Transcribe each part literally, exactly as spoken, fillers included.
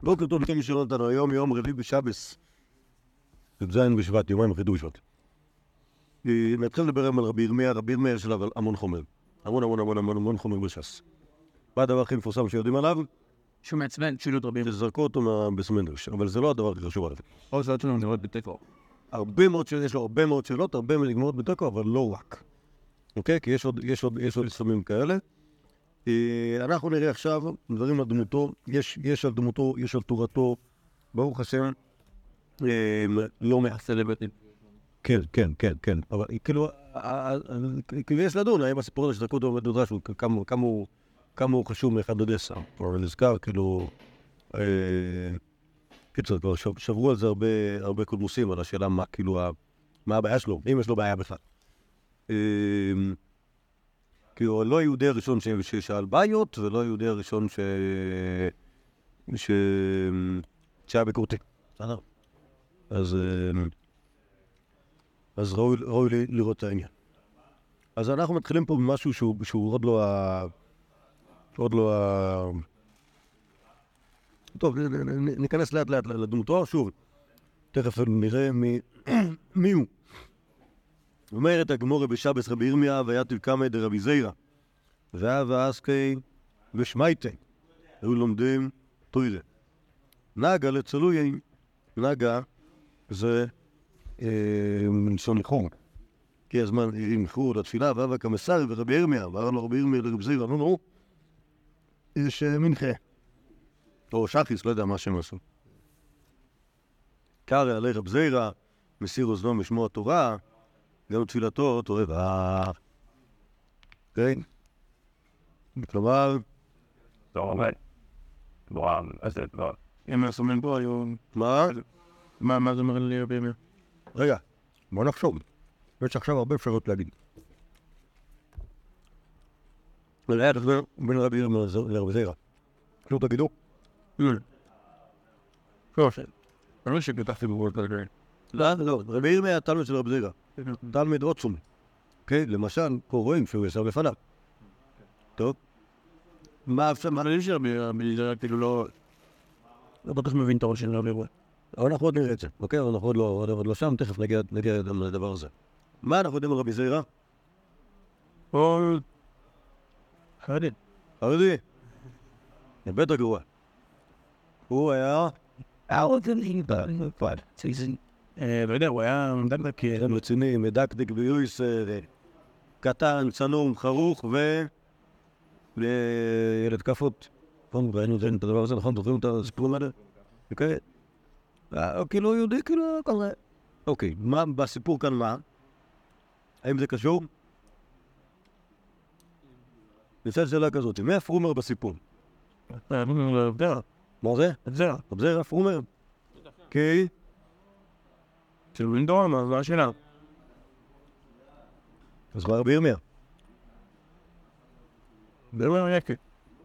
בוקר טוב לכם ששאלו אותנו, היום יום רביעי בשבס. י"ז בשבט, יומיים אחרי ט"ו בשבט. נתחיל לדבר על רבי ירמיה, רבי ירמיה יש עליו המון חומר. המון המון המון המון המון חומר בש"ס. מה הדבר הכי מפורסם שיודעים עליו? שהוא מעצבן, שילוט רבים. שזרקו אותו מהבסמנדרש, אבל זה לא הדבר הכי חשוב עליו. או שאלות שלנו נראות בתיקו. הרבה מאוד שאלות, יש לו הרבה מאוד שאלות, הרבה נגמרות בתיקו, אבל לא רק. אוקיי? כי יש עוד, יש עוד, יש עוד סמים כאלה. אנחנו נראה עכשיו דברים על דמותו, יש, יש על דמותו, יש על תורתו, ברוך השם, לא מהסלבטים. כן, כן, כן, כן, אבל כאילו, כאילו יש לדון, האם הסיפור הזה שזרקו אותו במדרש, כמה הוא חשוב מאחד עד עשר, אבל נזכר, כאילו, קיצור, כבר שברו על זה הרבה קודמוסים, על השאלה מה, כאילו, מה הבעיה שלו, אם יש לו בעיה בכלל. כי הוא לא יהודי הראשון ששאל בעיות, ולא יהודי הראשון שהיה ביקורתי. אז אז ראוי לראות את העניין. אז אנחנו מתחילים פה במשהו שהוא עוד לא ה... עוד לא ה... טוב, ניכנס לאט לאט לדמותו, שוב, תכף נראה מי הוא. אומרת הגמורה בשבס רבי ירמיה ויתיב קמא דרבי זירא והווה עסקי ושמייטי היו לומדים תורה. נגה לצלויין, נגה זה מלשון ניחור, כי הזמן ניחור לתפילה. והווה כמסרי ורבי ירמיה ואמר לו רבי ירמיה לרבי זירא, נו נו יש מנחה או שחיס, לא יודע מה שהם עשו. קרא עלי רבי זירא מסיר אוזנו משמוע תורה, גם תפילתו תורבה. כן? כלומר... לא, אבל... וואו, אז זה לא... אם הסומן פה היום... מה? מה זה אומר לי רבי ירמיה? רגע, בוא נחשוב. יש עכשיו הרבה אפשרות להגיד. ולהיה תדבר בין רבי ירמיה לרבי זירא. כאילו תגידו? טוב, אני לא שכתבתי בוורד כזה. לא, לא, רבי ירמיה היה תלמיד של רבי זירא. תלמיד עצום. אוקיי? למשל, פה רואים שהוא ישב לפניו. טוב? מה אפשר, מה נראה של רבי ירמיה, כאילו לא... לא בטח מבין את הראש של רבי ירמיה. אבל אנחנו עוד נראה את זה, אוקיי? אבל אנחנו עוד לא שם, תכף נגיע לדבר הזה. מה אנחנו יודעים על רבי זירא? או... חרדי. חרדי. זה בטח גרוע. הוא היה... לא יודע, הוא היה מדקדק רציני, מדקדק ביויס, קטן, צנום, חרוך וילד כפות. ראינו את הדבר הזה, נכון? זוכרים את הסיפורים האלה? אוקיי? כאילו יהודי, כאילו כזה. אוקיי, מה בסיפור כאן מה? האם זה קשור? נשאל שאלה כזאת, מי הפרומר בסיפור? מה זה? זרע. זרע, פרומר. אוקיי. של וינדור, מה השאלה? אז מה רבי ירמיה? רבי ירמיה יקר.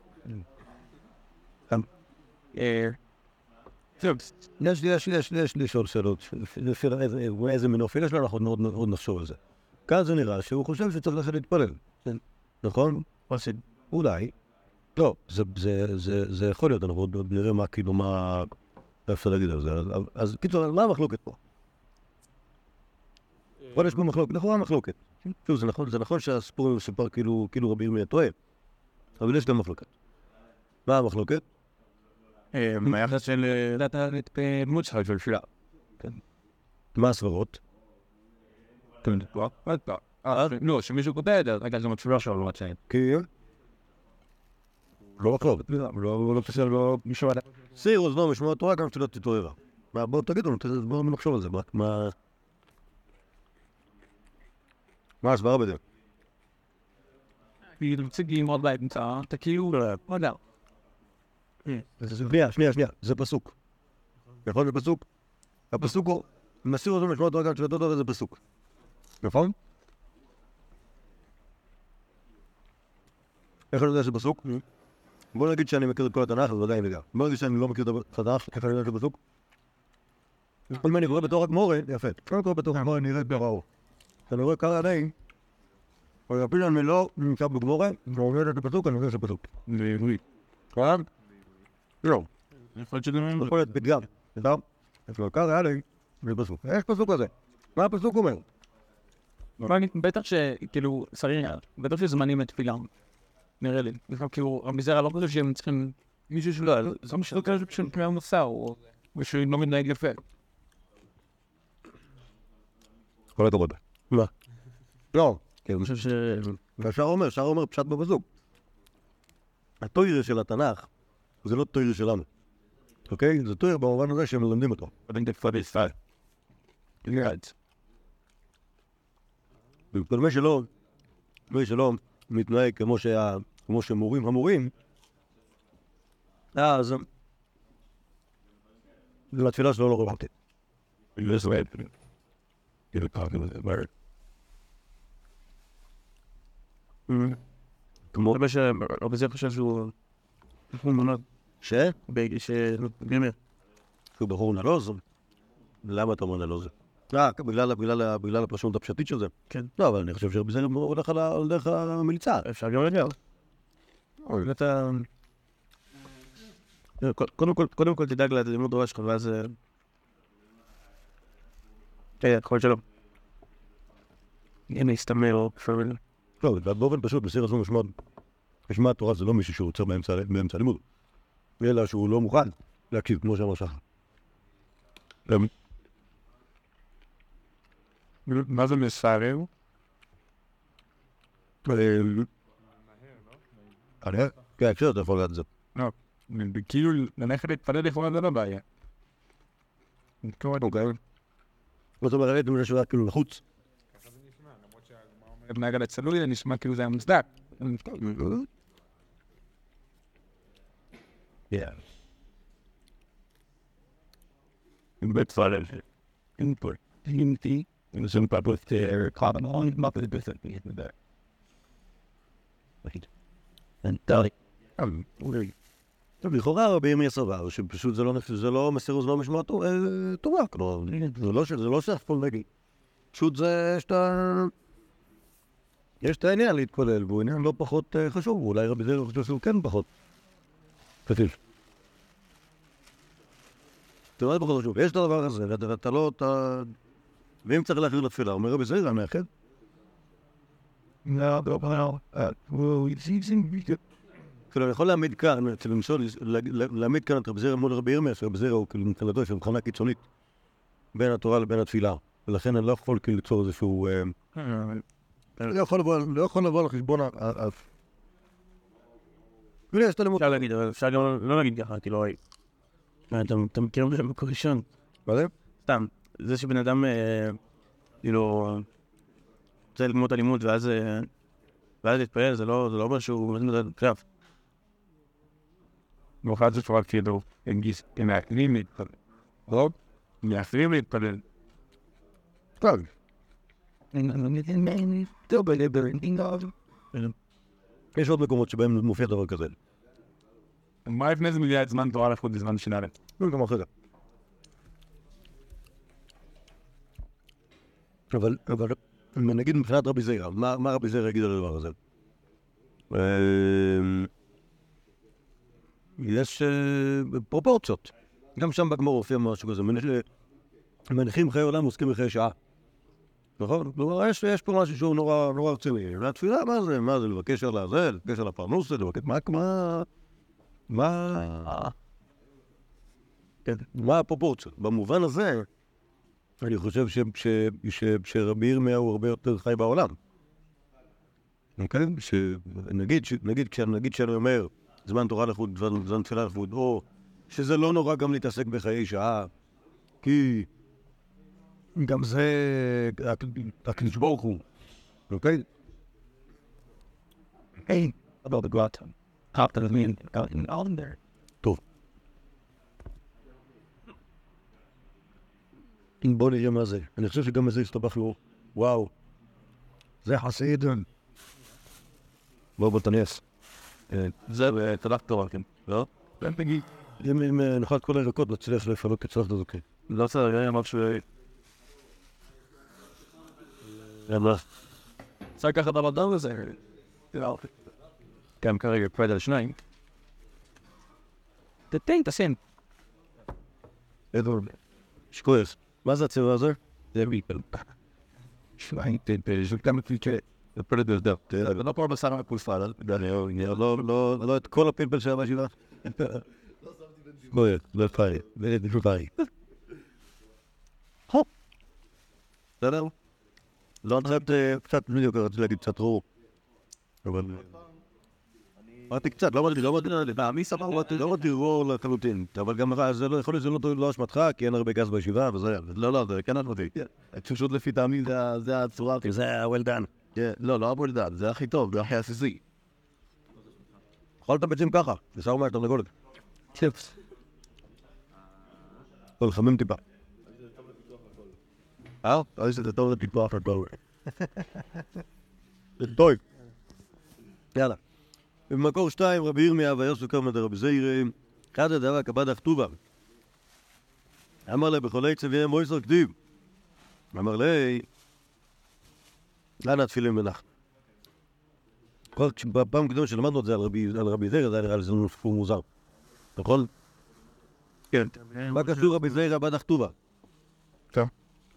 יש לי, יש לי, יש לי, יש לי לשאול שאלות. איזה מין אופי יש לו, אנחנו עוד נחשוב על זה. כאן זה נראה שהוא חושב שצריך ללכת להתפלל. נכון? אולי. לא, זה יכול להיות, אנחנו עוד נראה מה, כאילו, מה אפשר להגיד על זה. אז קיצור, מה המחלוקת פה? אבל יש פה מחלוקת, לכאורה מחלוקת. שוב, זה נכון שהסיפור מסופר כאילו רבי ירמיה טועה, אבל יש גם מחלוקת. מה המחלוקת? מה היחס של דמות של תפילה? מה הסברות? לא, שמישהו כותב, רגע, זה מתפילה שלו, לא מצאים. כי? לא מחלוקת. לא פסל, לא מישהו עדה. סיר אוזנו משמוע תורה, גם תפילת תתעוררה. בואו תגידו, בואו נחשוב על זה. מה... מה הסברה בזה? מציגים עוד באמצע, תקיעו, לא יודע. שנייה, שנייה, שנייה, זה פסוק. נכון? זה פסוק? הפסוק הוא, מסיר אותו משמעות תורה גם תפילת תתעוררה, זה פסוק. נכון? איך אני יודע שזה פסוק? בוא נגיד שאני מכיר את כל התנ"ך, אז ודאי נדע. בוא נגיד שאני לא מכיר את התנ"ך, איך אני יודע שזה פסוק? כל מיני קורא בתור הגמורה, יפה. כל קורא בתור הגמורה נראית בראו. אני רואה קרא עדיין, אבל הפעיל אני לא נמצא בגמורה, ואומר את הפסוק, אני יודע שזה פסוק. בעברית. כן? לא. יכול להיות שזה... יכול להיות פתגם. טוב? אז לא קרה לי, זה פסוק. יש פסוק כזה. מה הפסוק אומר? בטח שכאילו, שרים, בטח שזמנים לתפילה. נראה לי. כאילו, רבי זרע לא חושב שהם צריכים... מישהו שלא, זה משהו כזה של פנייה מוסר, או מישהו לא מתנהג יפה. כל הכבוד. מה? לא. אני חושב ש... והשאר אומר, השאר אומר פשט בפסוק. התוירה של התנ"ך, זה לא תוירה שלנו. אוקיי? זה תוירה במובן הזה שהם מלמדים אותו. אני think that's what it's גרעד. וכל מי שלא, מי שלא מתנהג כמו שה... כמו שמורים המורים, אז... זה התפילה שלו לא רלוונטית. This way. Get a copy of it. כמו... הרבה שרבי זרע חושב שהוא... הוא מונות. ש? ש... גמר. שהוא בחור נלוז? למה אתה אומר נלוז? אה, בגלל, בגלל, בגלל הפרשנות הפשטית של זה? כן. לא, אבל אני חושב שרבי זרע הולך על דרך המליצה. אפשר גם לגמר. אתה... קודם כל, קודם כל תדאג ללימוד תורה שלך, ואז... כן, יכול להיות שלא. הנה, הסתמר או פרמיל. לא, באופן פשוט, בסיר הזו משמעת, משמעת תורה זה לא מישהו שעוצר באמצע הלימוד, אלא שהוא לא מוכן להקשיב, כמו שאמר שחר. מה זה מסערר? כן, כשאתה אתה יכול לדעת את זה. לא, כאילו ללכת להתפלל לכאורה זה לא בעיה. אוקיי. זאת אומרת, אני חושב כאילו לחוץ. נהג הצלוי, זה נשמע כאילו זה היה מוצדק. כן. אם בצלאל, אין פה, אין תי, אין שם פאפות קלאבן און, מה זה בסדר, אין זה. אין דאלי. טוב, לכאורה רבי ירמיה סבר, שפשוט זה לא מסיר אוזנו משמעת תורה, כלומר, זה לא שאפול נגי. פשוט זה, יש את ה... יש את העניין להתפלל, והוא עניין לא פחות חשוב, ואולי רבי זרע חושב שהוא כן פחות חשוב. זה לא פחות חשוב, יש את הדבר הזה, ואתה לא, אתה... ואם צריך להכיר לתפילה, אומר רבי זרע, מאחד? לא, לא, לא, הוא יציב כאילו, אני יכול להעמיד כאן, למשול, להעמיד כאן את רבי זרע מול רבי ירמיה, שרבי זרע הוא כאילו מבחינתו של מבחנה קיצונית בין התורה לבין התפילה, ולכן אני לא יכול כאילו ליצור איזשהו... לא יכול לבוא על חשבון ה... אפשר להגיד, אבל אפשר גם לא להגיד ככה, כאילו... אתה מכיר מה זה מקור ראשון? מה זה? סתם, זה שבן אדם, כאילו... רוצה לגמור את הלימוד ואז... ואז להתפלל, זה לא אומר שהוא מזמין את זה עכשיו. ואחד זה שרק כאילו, הם מאחרים להתפלל. לא? מאחרים להתפלל. טוב. יש עוד מקומות שבהם מופיע דבר כזה. מה לפני זה מגיע את זמן תורה לחוד בזמן שינה להם? לא, גם אחרי זה. אבל, אבל, נגיד מבחינת רבי זרע, מה רבי זרע יגיד על הדבר הזה? יש פרופורציות. גם שם בגמור הופיע משהו כזה, מניחים חיי עולם עוסקים בחיי שעה. נכון? כלומר, יש פה משהו שהוא נורא רציני. והתפילה, מה זה? מה זה? לבקש על הזה, לבקש על הפרנוס, לבקש... מה? מה? מה? מה הפרופורציות? במובן הזה, אני חושב שרבי ירמיה הוא הרבה יותר חי בעולם. אוקיי? נגיד כשאני אומר זמן תורה לחוד, זמן תפילה לחוד, או שזה לא נורא גם להתעסק בחיי שעה, כי גם זה הקדוש ברוך הוא, אוקיי? היי, about the God. After the mean, out in all there. טוב. בוא נראה מה זה. אני חושב שגם בזה הסתבך לו. וואו. זה חסיד. בוא בוא תניס. זה תלך תורה, כן. לא? בן תגיד. אם נאכל את כל הירקות, נצליח לפעלות כצלחת הזו, כן. לא צריך, אני אמר שהוא... יאללה. צריך ככה דבר דם וזה. גם כרגע פרד על שניים. תתן, תסן. איפה? שכוח. מה זה הצבע הזה? זה ביטל. שוויין פלפל, זה גם פלפל. זה פלפל דו. זה לא פעם בשר המפולפל, לא את כל הפלפל שהיה בישיבה? שכוח, לא פארי. זה פארי. הופ. בסדר? לא נצאת קצת, בדיוק רציתי להגיד קצת רור. אבל... אמרתי קצת, לא אמרתי, לא אמרתי, מי סבבה, לא אמרתי רור לחלוטין. אבל גם זה לא יכול להיות, זה לא אשמתך, כי אין הרבה גז בישיבה, וזה... לא, לא, זה כן אשמתי. פשוט לפי טעמי זה הצורה... זה ה-well done. לא, לא ה-well done, זה הכי טוב, זה הכי עסיסי. אכולת ביצים ככה, זה שר מהתרנגולת. צ'יפס. טוב, לחמם טיפה. אה? אז זה טוב לפיתוח הכל. זה טוב. יאללה. במקור שתיים, רבי ירמיה ויוסו קרמא דרבי זירא, אחד הדבר כבד הכתובה. אמר לה בכל עצב יהיה מויסר כתיב. אמר לה, לאן התפילין מנח? בפעם קודם שלמדנו את זה על רבי זירא, זה היה נראה לזה סיפור מוזר. נכון? כן. מה קשור רבי זירא בד הכתובה? טוב.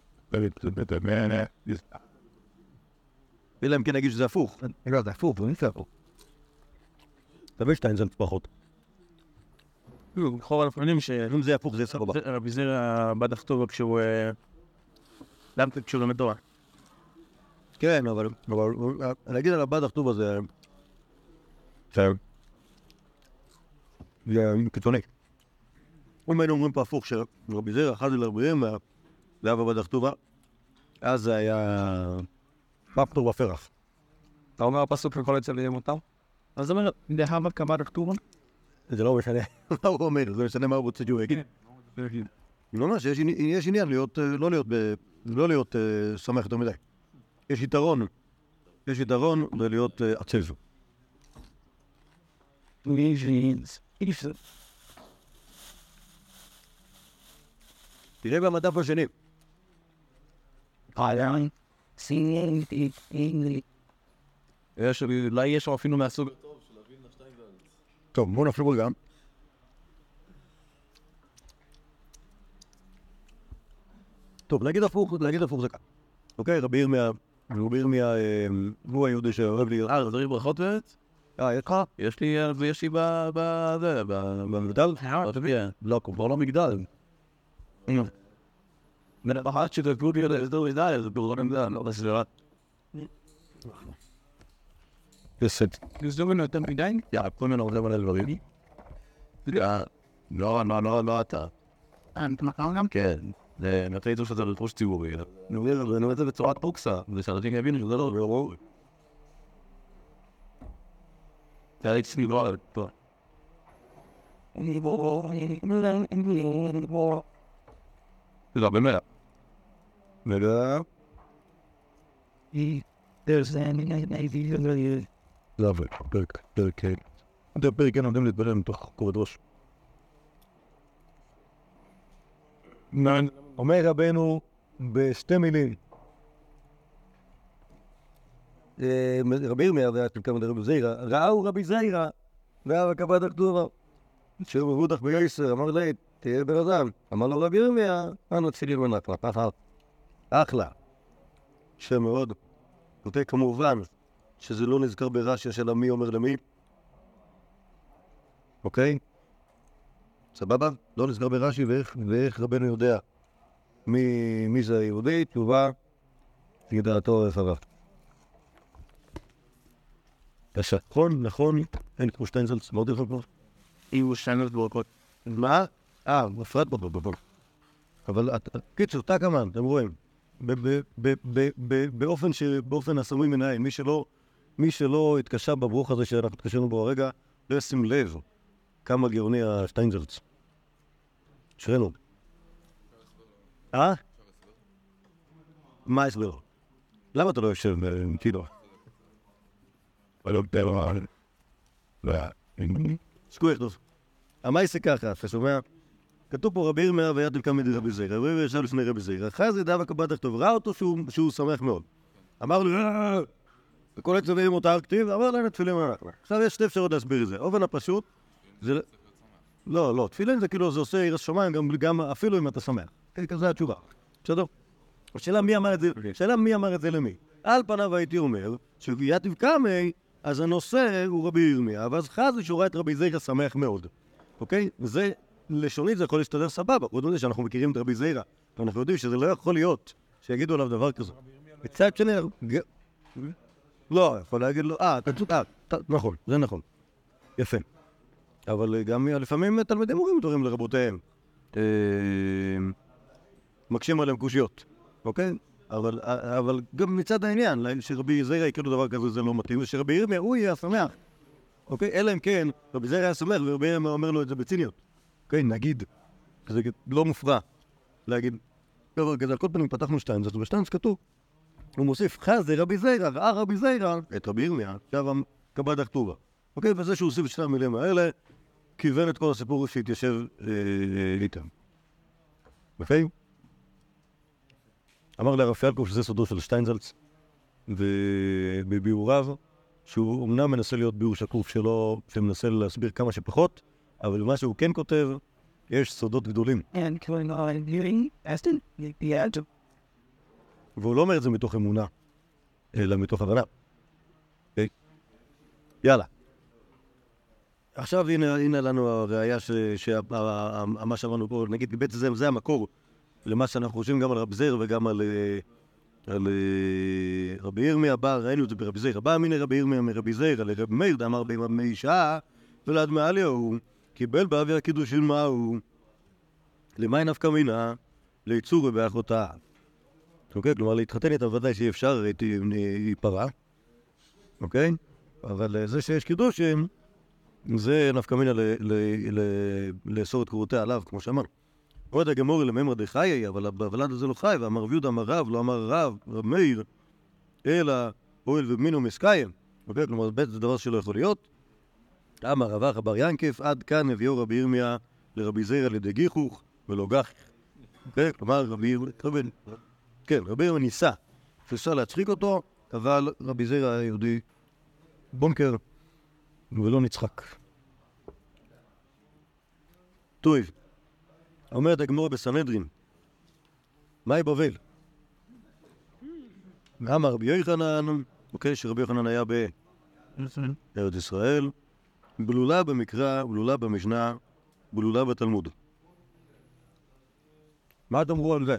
אלא אם כן נגיד שזה הפוך. לא, זה הפוך, זה נצא הפוך. תביא שטיינזלץ פחות. לכאורה לפעמים ש... אם זה הפוך זה סבבה. רבי זירא בד הכתובה כשהוא... למה כשהוא לומד תורה? כן, אבל... נגיד על הבד הכתובה זה... זה... זה קיצוני. אם היינו אומרים פה הפוך שרבי זירא אחד לרבי ירמיה לאו הבד הכתובה, אז זה היה... פפטור בפרח. אתה אומר הפסוק לכל עצב יהיה מותר? אז זאת אומרת, דהבה כבד הכתובה? זה לא משנה מה הוא אומר, זה משנה מה הוא רוצה שהוא יגיד. לא ממש, יש עניין להיות, לא להיות, לא להיות שמח יותר מדי. יש יתרון, יש יתרון בלהיות עצב. תראה במדף השני. יש, אולי יש שם אפילו מהסוג טוב של אבינה שטיינזלץ. טוב, בואו נחשוב גם. טוב, להגיד הפוך, להגיד הפוך זה כאן. אוקיי, רבי ירמיה, רבי ירמיה, הוא היהודי שאוהב לי... אה, רזרי ברכות ואת? אה, יש לך? יש לי, ויש לי בזה, במגדל? לא, כבר לא מגדל. מנבחת שתקוד לי את זה מדי, זה פרדון מגדל, לא בסבירה. בסדר. זה ממנו יותר מדי? יא, כל מיני עובדים על הדברים. יא, לא, לא, לא, לא אתה. אה, אתה מכר גם? כן. זה נתן איתו שזה לראש ציבורי. אני אומר את זה בצורת פוקסה, ושאנשים יבינו שזה לא ראוי. זה היה אצלי לא על פה. זה באמת. רגע. There's any idea that you... זה עבר, פרק, פרק, זה פרק כן עומדים להתברר מתוך כובד ראש. אומר רבנו בשתי מילים. רבי ירמיה והתלכם רבי זירא, ראו רבי זירא, ואהב הכבד הכתובה. שהוא מבוטח בייסר, אמר לי, תהיה ברזם. אמר לו רבי ירמיה, אנו תפילין מנח, אחלה. שם מאוד. כותב כמובן שזה לא נזכר ברש"י של מי אומר למי. אוקיי? סבבה? לא נזכר ברש"י ואיך, ואיך רבנו יודע מי, מי זה היהודי, תשובה, ידעתו רחבה. קשה. נכון, נכון, אין כמו שטיינזלץ, מאוד יפה פה. יהיו שטיינזלץ ברכות. מה? אה, מפרד פה, פה, פה. אבל, קיצור, תקמן, אתם רואים. באופן שבאופן הסמוי מנהל, מי שלא, מי שלא התקשה בברוך הזה שאנחנו התקשרנו בו הרגע, לא ישים לב כמה גאוני השטיינזלץ. שרנו. אה? מה הסבר? למה אתה לא יושב כאילו? אבל לא דבר. לא היה. סקוי טוב. המייסה ככה, אתה שומע? כתוב פה רבי ירמיה ויתל קמא דרבי זירא, רבי ירמיה ישב לפני רבי זירא, אחרי זה דבק כבד הכתובה, ראה אותו שהוא שמח מאוד. אמר לו, וכל עצב יהיה מותר כתיב, אמר להם תפילין מנח. עכשיו יש שתי אפשרות להסביר את זה. אופן הפשוט, זה... לא, לא, תפילין זה כאילו, זה עושה יראת שמיים גם, גם אפילו אם אתה שמח. כן, כזה התשובה. בסדר? השאלה מי אמר את זה, השאלה מי אמר את זה למי. על פניו הייתי אומר, שביתיב קמי, אז הנושא הוא רבי ירמיה, ואז חז ושורה את רבי זיירא שמח מאוד. אוקיי? וזה, לשונית זה יכול להסתדר סבבה. עוד מזה שאנחנו מכירים את רבי זיירא, ואנחנו יודעים שזה לא יכול להיות שיגידו עליו דבר כזה. בצד שני, לא, יכול להגיד לו, אה, אתה צודק, נכון, זה נכון. יפה. אבל גם לפעמים תלמידים מורים דברים לרבותיהם. מקשים עליהם קושיות, אוקיי? אבל, אבל גם מצד העניין, שרבי זיירא יקראו דבר כזה זה לא מתאים, ושרבי ירמיה הוא יהיה שמח. אוקיי? אלא אם כן, רבי זיירא היה שמח ורבי ירמיה אומר לו את זה בציניות. אוקיי? נגיד, זה לא מופרע להגיד, דבר כזה, על כל פנים פתחנו שטיין, זאת בשטיין כתוב. הוא מוסיף, חזי רבי זיירא, ראה רבי זיירא, את רבי ירמיה, עכשיו קבע דכתובה. אוקיי? וזה שהוא הוסיף את שתי המילים האלה, כיוון את כל הסיפור שהתיישב איתם. אוקיי? אמר לרב פיאלקוב שזה סודו של שטיינזלץ, ובביאוריו, שהוא אמנם מנסה להיות ביאור שקוף שלו, שמנסה להסביר כמה שפחות, אבל מה שהוא כן כותב, יש סודות גדולים. והוא לא אומר את זה מתוך אמונה, אלא מתוך הבנה. אוקיי? יאללה. עכשיו הנה, הנה לנו הראייה שמה שאמרנו פה, נגיד בעצם זה, זה המקור למה שאנחנו חושבים גם על רב זיירא וגם על, על רבי ירמיה. בא, ראינו את זה ברבי זיירא. בא מיני רבי ירמיה מרבי זיירא לרב מאיר דאמר בימי שעה ולעד מעליה הוא קיבל באוויר הקידושין מה הוא למאי נפקא מינה ליצור ובאחותה. אוקיי? כלומר להתחתן איתה ודאי שאי אפשר, היא פרה. אוקיי? אבל זה שיש קידושין זה נפקא מינה לאסור את קרותיה עליו, כמו שאמרנו. עוד הגמור לממר דחיי, אבל הוולד הזה לא חי, ואמר רב יהודה אמר רב, לא אמר רב, רב מאיר, אלא אוהל ומינו מסקיים. אוקיי? כלומר, זה דבר שלא יכול להיות. אמר רב אחא בר ינקף, עד כאן הביאו רבי ירמיה לרבי זיירא לידי גיחוך ולא גחיך. אוקיי? כלומר, רבי ירמיה, כן, רבי ירמיה ניסה, ניסה להצחיק אותו, אבל רבי זיירא היהודי בונקר ולא נצחק. טוב. אומרת הגמרא בסנהדרין, מהי בבל? אמר רבי יוחנן, אוקיי, שרבי יוחנן היה בארץ ישראל, בלולה במקרא, בלולה במשנה, בלולה בתלמוד. מה תאמרו על זה?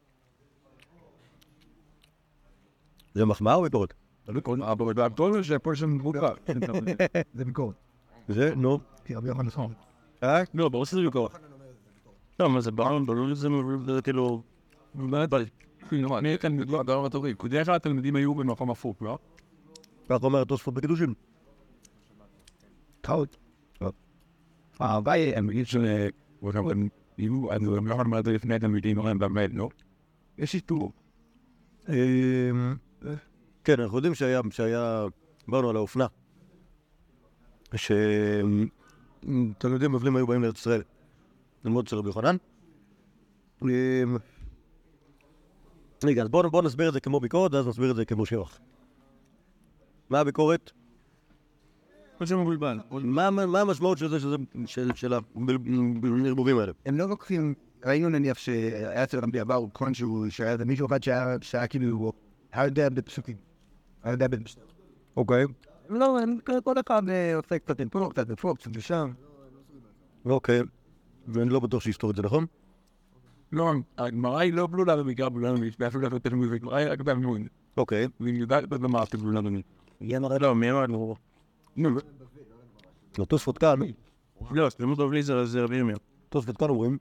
זה מחמאה או ביקורת? אבל בגדול זה פרשן בוקר. זה ביקורת. זה, נו. כי רבי יוחנן נכון. אה? לא, ברור שזה ביקורת. לא, מה זה ברור, ברור שזה כאילו... באמת, אני כאן לא אדם בתורי. כדאי כלל התלמידים היו במקום הפוך, לא? כך אומר התוספות בקידושין. טעות. הבעיה, הם מגיד שזה... והם יהיו, אני לא יכול לומר את זה לפני התלמידים, אבל הם באמת, לא? יש שיתור. כן, אנחנו יודעים שהיה, שהיה, באנו על האופנה, שתלמידים בבלים היו באים לארץ ישראל, ללמוד של רבי יוחנן. רגע, אז בואו נסביר את זה כמו ביקורת, ואז נסביר את זה כמו שבח. מה הביקורת? מה שמבולבל. מה המשמעות של זה, של הנרבובים האלה? הם לא לוקחים, ראינו נניח שהיה אצל רבי אבאו כלשהו, שהיה מישהו אחד שהיה כאילו, היה יודע בפסוקים. היה יודע בפסוקים. אוקיי. לא, כל אחד עושה קצת פה, קצת פה, קצת לשם. אוקיי. ואני לא בטוח שיסתור את זה, נכון? לא, הגמרא היא לא בלולה במקרא בלולה במקרא, באפילו לא תלמוד, הגמרא היא רק באמון. אוקיי. והיא יודעת במה אף בלולה במקרא. לא, מי אמר לנו? נו, התוספות כאן, לא, תלמוד בבלי זה רבי ירמיה. התוספות כאן אומרים,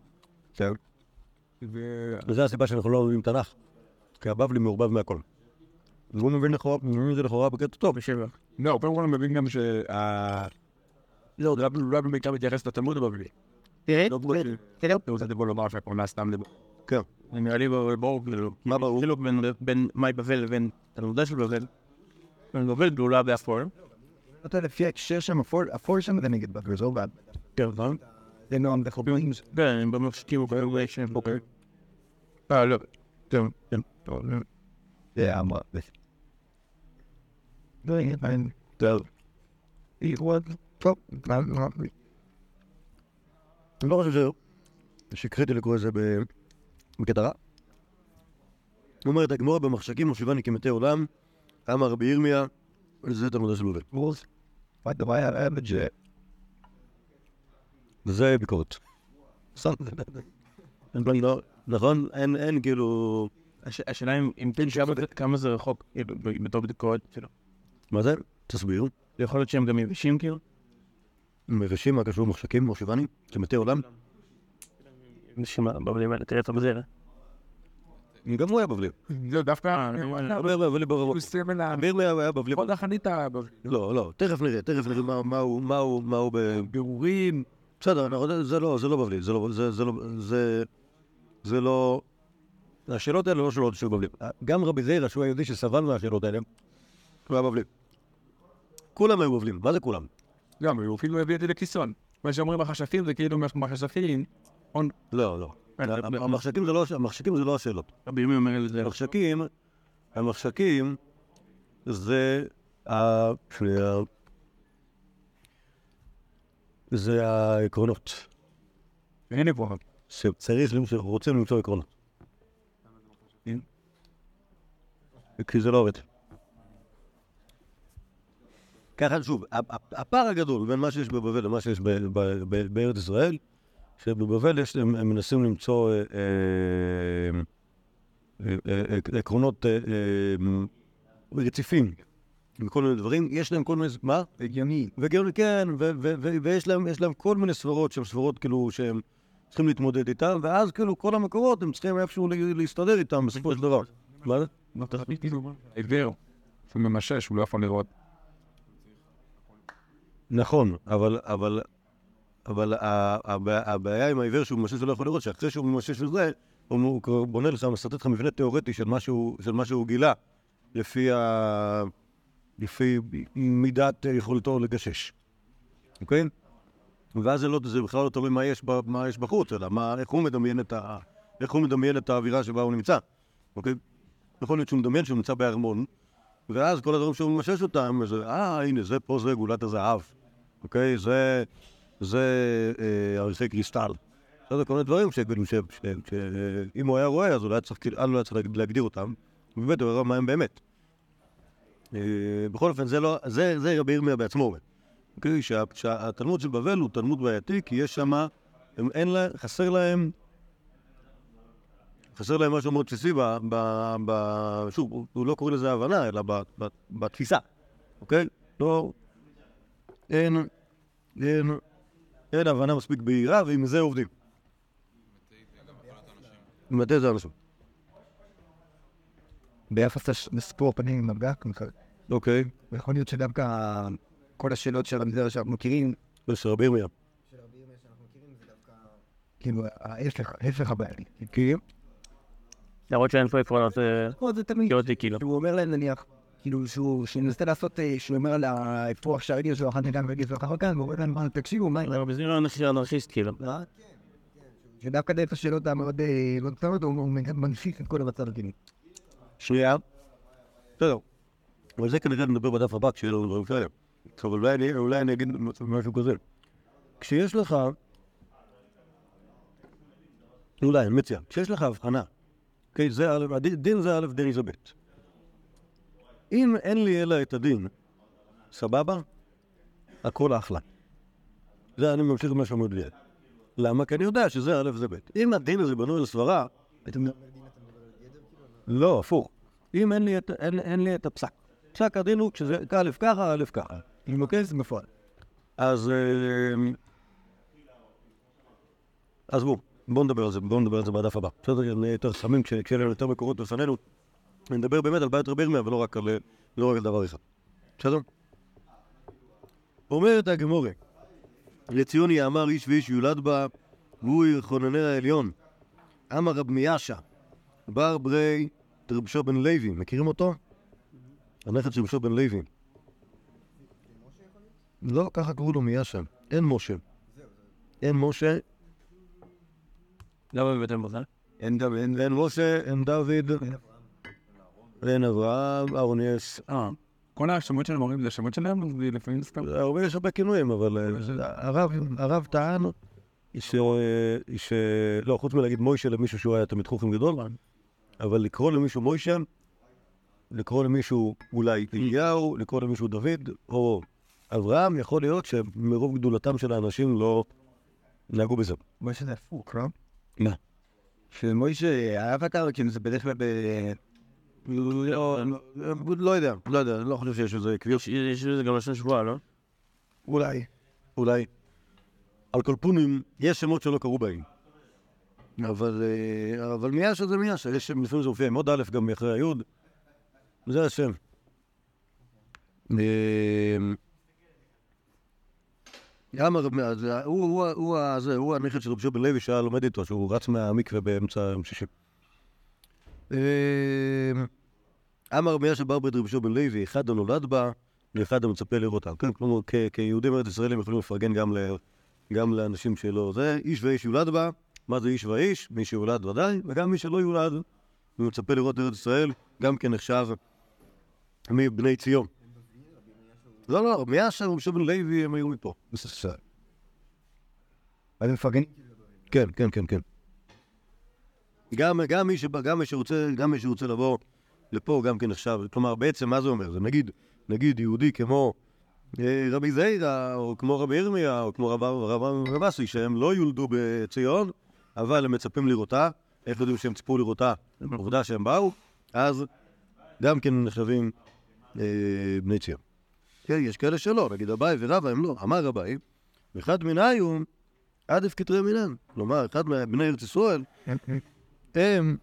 וזו הסיבה שאנחנו לא לומדים תנ"ך, כי הבבלי מעורבב מהכל. והוא מבין את זה לכאורה בקטע טוב. בשבע. לא, קודם כל אני מבין גם שה... לא, זה לא במקרא מתייחס לתלמוד בבלי. תראה, תראה. אתה רוצה לבוא לומר שהכל מהסתם לבוא. כן. נראה לי ברור, מה ברור? חילוק בין מאי בבל לבין תלמודה של בבל. בין בבל גלולה באפור. אתה לפי ההקשר שם, אפור שם זה נגד בגר, זה עובד. כן, נכון? זה נועם דחובים. כן, הם במחשקים וכאלה שהם. אוקיי. אה, לא. טוב, כן. זה אמרה. לא, אין. טוב. טוב, מה, מה. אני לא חושב שקריטי לקרוא את זה בקטע רע. אומרת הגמרא במחשכים מושיבני כמתי עולם, אמר רבי ירמיה, זה תלמודה של בבל. וזה ביקורת. נכון? אין כאילו... השאלה אם כן כמה זה רחוק בתור ביקורת שלו. מה זה? תסביר. יכול להיות שהם גם יבשים כאילו? מבשים, מה קשור מחשכים, מושיבני, כמתי עולם? שמה, בבלים האלה, תראה את המזרע. גם הוא היה בבלי. זה דווקא... בבלי ברמות. בירמיה היה בבלי. עוד החנית היה בבלי. לא, לא, תכף נראה, תכף נראה מה הוא, מה הוא, מה הוא בבירורים. בסדר, זה לא, זה לא בבלי, זה לא, זה, זה לא, זה, זה לא... השאלות האלה לא שאלות של בבלי. גם רבי זיירה, שהוא היהודי שסבל מהשאלות האלה, הוא היה בבלי. כולם היו בבלים, מה זה כולם? גם, הוא אפילו הביא את זה לכיסון. מה שאומרים החשפים זה כאילו מחשפים. לא, לא. המחשכים זה לא השאלות. רבי ירמיה אומר את זה. המחשכים, המחשכים זה זה העקרונות. אין עקרונות. שצריך, רוצים למצוא עקרונות. כי זה לא עובד. ככה שוב, הפער הגדול בין מה שיש בבבל למה שיש בארץ ישראל, שבבבל הם מנסים למצוא עקרונות רציפים וכל מיני דברים. יש להם כל מיני... מה? הגיוני. והגיוני, כן, ויש להם כל מיני סברות שהן סברות כאילו שהם צריכים להתמודד איתן, ואז כאילו כל המקורות הם צריכים איפשהו להסתדר איתם בסופו של דבר. מה זה? עיוור. הוא ממשש, הוא לא יכול לראות. נכון, אבל, אבל, אבל הבעיה עם העיוור שהוא ממשש ולא יכול לראות, שאחרי שהוא ממשש וזה, הוא בונה לך, מסרטט לך מבנה תיאורטי של מה שהוא גילה, לפי לפי מידת יכולתו לגשש. אוקיי? ואז זה בכלל לא תלוי מה יש בחוץ, אלא איך הוא מדמיין את ה... איך הוא מדמיין את האווירה שבה הוא נמצא. אוקיי? יכול להיות שהוא מדמיין שהוא נמצא בארמון, ואז כל הדברים שהוא ממשש אותם, זה, אה, הנה, זה פה, זה גולת הזהב. אוקיי? זה, זה עריסי קריסטל. זה כל מיני דברים שאם הוא היה רואה, אז הוא לא היה צריך להגדיר אותם, ובאמת הוא הראה מה הם באמת. בכל אופן, זה רבי ירמיה בעצמו. אוקיי? שהתלמוד של בבל הוא תלמוד בעייתי, כי יש שם, חסר להם, חסר להם משהו מאוד בסיסי, שוב, הוא לא קורא לזה הבנה, אלא בתפיסה, אוקיי? לא, אין, אין, אין הבנה מספיק בהירה, ועם זה עובדים. מתי זה אנשים? ביחס לספור פנים עם מגע, אוקיי. ויכול להיות שדווקא כל השאלות של המזרע שאנחנו מכירים, של רבי ירמיה. של רבי ירמיה שאנחנו מכירים, זה דווקא, כאילו, ההפך הבעייתי. מכירים? להראות שאין פה עקרונות גיאוטי, כאילו. הוא אומר להם, נניח, כאילו, שהוא ננסה לעשות, שהוא אומר על ההפרוח שהרגל שלו, אחת נגן ורגל שלו ככה כאן, והוא אומר להם, תקשיבו, מה... אבל בזה לא נחשב אנרכיסט, כאילו. שדווקא דרך השאלות המאוד לא קצרות, הוא מנפיק את כל המצב הכיני. שנייה. בסדר. אבל זה כנראה נדבר בדף הבא, כשיהיה לנו דברים כאלה. אבל אולי אני אגיד משהו כזה. כשיש לך... אולי, אני מציע. כשיש לך הבחנה, אוקיי, זה א', דין זה א', דין זה ב'. אם אין לי אלא את הדין, סבבה? הכל אחלה. זה אני ממשיך במה שאומר לי. למה? כי אני יודע שזה א' זה ב'. אם הדין הזה בנוי לסברה... לא, הפוך. אם אין לי את, אין, אין לי את הפסק. פסק הדין הוא כשזה א' ככה, א' ככה. אם אוקיי, זה מפועל. אז... אז בואו. בואו נדבר על זה, בואו נדבר על זה בדף הבא. בסדר, נהיה יותר חמים כשיהיה לנו יותר מקורות בפנינו. נדבר באמת על בעיות רבי ירמיה, ולא רק על, לא רק על דבר אחד. בסדר? אומרת הגמורה, לציוני אמר איש ואיש יולד בה, והוא יכונני העליון. אמר רב מיאשה, בר ברי רב שו בן לוי, מכירים אותו? הנכד של רב שו בן לוי. לא, ככה קראו לו מיאשה. אין משה. אין משה. למה בבית המזל? אין משה, אין דוד, אין אברהם, אהרון יש. אה, כל השמות של המורים זה השמות שלהם? זה לפעמים סתם. הרבה יש הרבה כינויים, אבל הרב טען ש... ש... לא, חוץ מלהגיד מוישה למישהו שהוא היה תמיד חוכם גדול, אבל לקרוא למישהו מוישה, לקרוא למישהו אולי אליהו, לקרוא למישהו דוד, או אברהם, יכול להיות שמרוב גדולתם של האנשים לא נהגו בזה. מוישה זה הפוך, לא? מה? שמוישה היה פתר, כאילו זה בדרך כלל ב... לא יודע, לא יודע, אני לא חושב שיש איזה קביעות. יש לזה גם לשון שבועה, לא? אולי. אולי. על כל פונים, יש שמות שלא קראו בהם. אבל, אבל מיאשה זה מיאשה, יש שם לפעמים זה מופיע עם עוד א' גם מאחרי היוד. זה השם. הוא הנכד של רבי שמעון בן לוי שהיה לומד איתו, שהוא רץ מהמקווה באמצע יום שישי. אמר מיאשה בר בית רבי שמעון בן לוי, אחד הנולד בה, ואחד המצפה לראותה. כלומר, כיהודים ארץ ישראלים יכולים לפרגן גם לאנשים שלו. זה איש ואיש יולד בה. מה זה איש ואיש? מי שיולד ודאי, וגם מי שלא יולד, ומצפה לראות ארץ ישראל, גם כן נחשב מבני ציון. לא, לא, מיאשה רבי שמעון בן לוי הם היו מפה. בסדר. אני מפרגן? כן, כן, כן, כן. גם מי שבא, גם מי שרוצה, גם מי שרוצה לבוא לפה גם כן נחשב. כלומר, בעצם מה זה אומר? זה נגיד, נגיד יהודי כמו רבי זיירה, או כמו רבי ירמיה, או כמו רב אסי, שהם לא יולדו בציון, אבל הם מצפים לראותה. איך יודעים שהם ציפו לראותה? עובדה שהם באו, אז גם כן נחשבים בני ציון. כן, יש כאלה שלא, נגיד אביי ורבא הם לא. אמר אביי, אחד מניו עדיף כתרי מינן. כלומר, אחד מבני ארץ ישראל, הם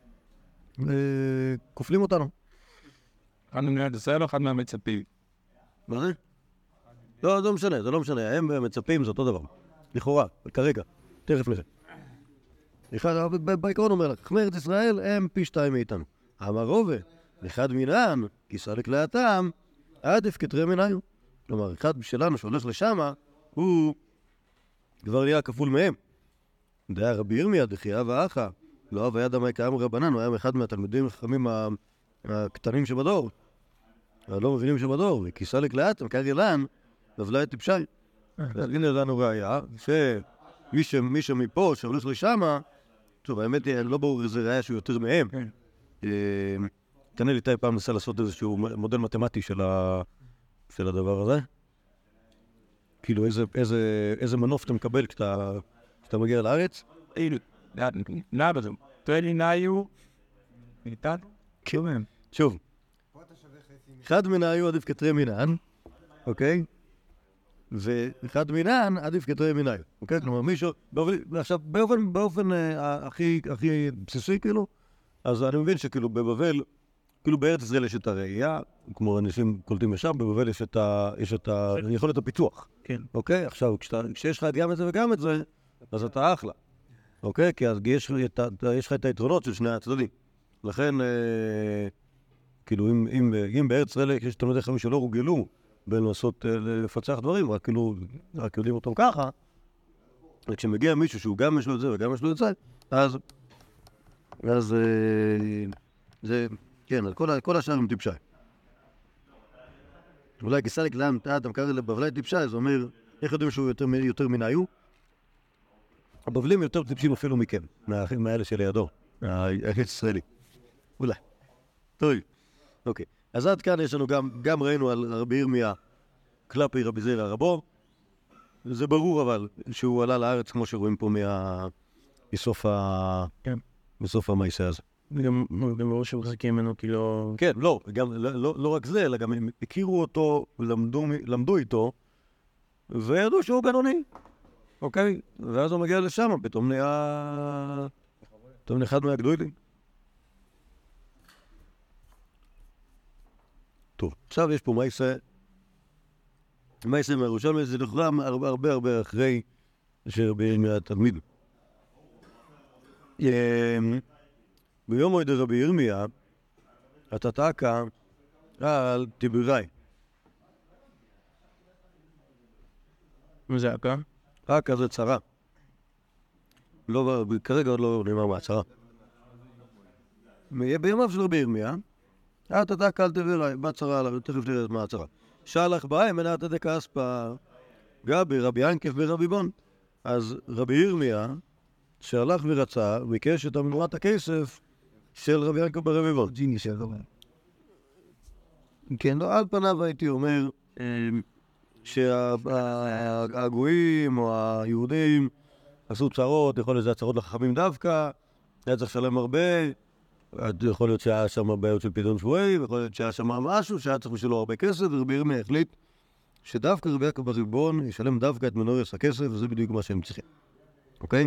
כופלים אותנו. אחד מבני ארץ ישראל או אחד מהמצפים? מה זה? לא, זה לא משנה, זה לא משנה. הם מצפים, זה אותו דבר. לכאורה, כרגע, תכף לזה. בעיקרון אומר לך, חכמי ארץ ישראל הם פי שתיים מאיתנו. אמר רובה, אחד מינן, כיסא לכלייתם, עדיף כתרי מניו. כלומר, אחד שלנו שהולך לשם, הוא כבר נהיה כפול מהם. דעה רבי ירמיה, דחיה ואחה, לא אב היד המי קיים רבנן, הוא היה אחד מהתלמידים החכמים הקטנים שבדור. לא מבינים שבדור, וכיסא לכלייתם, כרגלן, נבלה את טיפשי. אז הנה לנו ראיה, שמי שמפה, שהולך לשם, טוב, האמת היא, לא ברור איזה ראיה שהוא יותר מהם. תענה לי תאי פעם נסה לעשות איזשהו מודל מתמטי של הדבר הזה. כאילו, איזה מנוף אתה מקבל כשאתה מגיע לארץ? נע בזה. תראי נעיו, איתנו? כן. שוב. אחד מנעיו עדיף כתרי מינן, אוקיי? ואחד מינן עדיף כתרי מנעיו, אוקיי? כלומר, מישהו... עכשיו, באופן הכי בסיסי, כאילו, אז אני מבין שכאילו בבבל, כאילו בארץ ישראל יש את הראייה, כמו אנשים קולטים ישר, בבבל יש את יכולת הפיצוח. כן. אוקיי? עכשיו, כשיש לך גם את זה וגם את זה, אז אתה אחלה. אוקיי? כי אז יש לך את היתרונות של שני הצדדים. לכן, כאילו, אם בארץ ישראל יש תלמידי חכמים שלא הורגלו בלנסות לפצח דברים, רק כאילו, רק יודעים אותם ככה, וכשמגיע מישהו שהוא גם יש לו את זה וגם יש לו את זה, אז... אז... זה... כן, כל השאר הם טיפשי. אולי כיסא לכלם, אתה מקרא לבבלי טיפשי, זה אומר, איך יודעים שהוא יותר מנהיו? הבבלים יותר טיפשים אפילו מכם, מהאלה שלידו, הארץ ישראלי. אולי. טוב, אוקיי. אז עד כאן יש לנו גם, גם ראינו על רבי ירמיה כלפי רבי זיירה רבו. זה ברור אבל שהוא עלה לארץ כמו שרואים פה מה... מסוף ה... כן. מסוף המעשה הזה. גם ברור שמחזיקים ממנו כאילו... כן, לא, גם לא, לא רק זה, אלא גם הם הכירו אותו, למדו, למדו איתו, וידעו שהוא בינוני. אוקיי? ואז הוא מגיע לשם, פתאום נהיה... פתאום נהיה אחד מהגדולים. טוב, עכשיו יש פה מייסה, מייסה מהירושלמי, זה לכאורה הרבה הרבה הרבה אחרי שרבי ירמיה התלמיד. ביום מועד רבי ירמיה, אתה תקע על טיבריי. מה זה אקה? אקה זה צרה. לא, כרגע עוד לא נאמר מה הצרה. בימיו של רבי ירמיה, אתה תקע על טיבריי, מה צרה? תכף תראה מה הצרה. שלח בהם מנת דקה אספה, גבי רבי ינקף ורבי בון. אז רבי ירמיה, שהלך ורצה, ביקש את המנורת הכסף של רבי יעקב בר רביבון. ג'יני שלו. כן, לא, על פניו הייתי אומר שהגויים או היהודים עשו צרות, יכול להיות שזה הצרות לחכמים דווקא, היה צריך לשלם הרבה, יכול להיות שהיה שם בעיות של פדיון שבועי, ויכול להיות שהיה שם משהו שהיה צריך בשבילו הרבה כסף, ורבי ירמיה החליט שדווקא רבי יעקב בר רביבון ישלם דווקא את מנורת הכסף, וזה בדיוק מה שהם צריכים. אוקיי?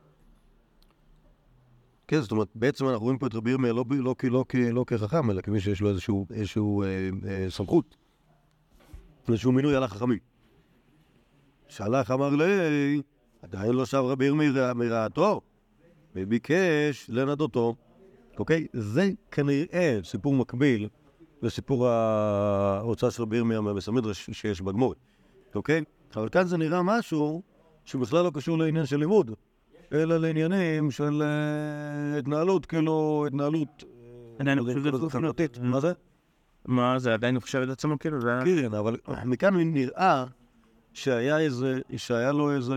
כן, זאת אומרת, בעצם אנחנו רואים פה את רבי ירמיה לא, לא, לא, לא, לא כחכם, אלא כמי שיש לו איזשהו, איזשהו אה, אה, סמכות, איזשהו מינוי על החכמים. שהלך אמר לי, עדיין לא שב רבי ירמיה מרעתו, וביקש לנדותו. אוקיי? זה כנראה סיפור מקביל לסיפור ההוצאה של רבי ירמיה מהמדרש שיש בגמרא. אוקיי? אבל כאן זה נראה משהו שבכלל לא קשור לעניין של לימוד, אלא לעניינים של התנהלות, כאילו, התנהלות... עדיין הוא חושב את עצמו. מה זה? מה זה, עדיין הוא חושב את עצמו, כאילו, זה... כן, אבל מכאן נראה שהיה איזה, שהיה לו איזה...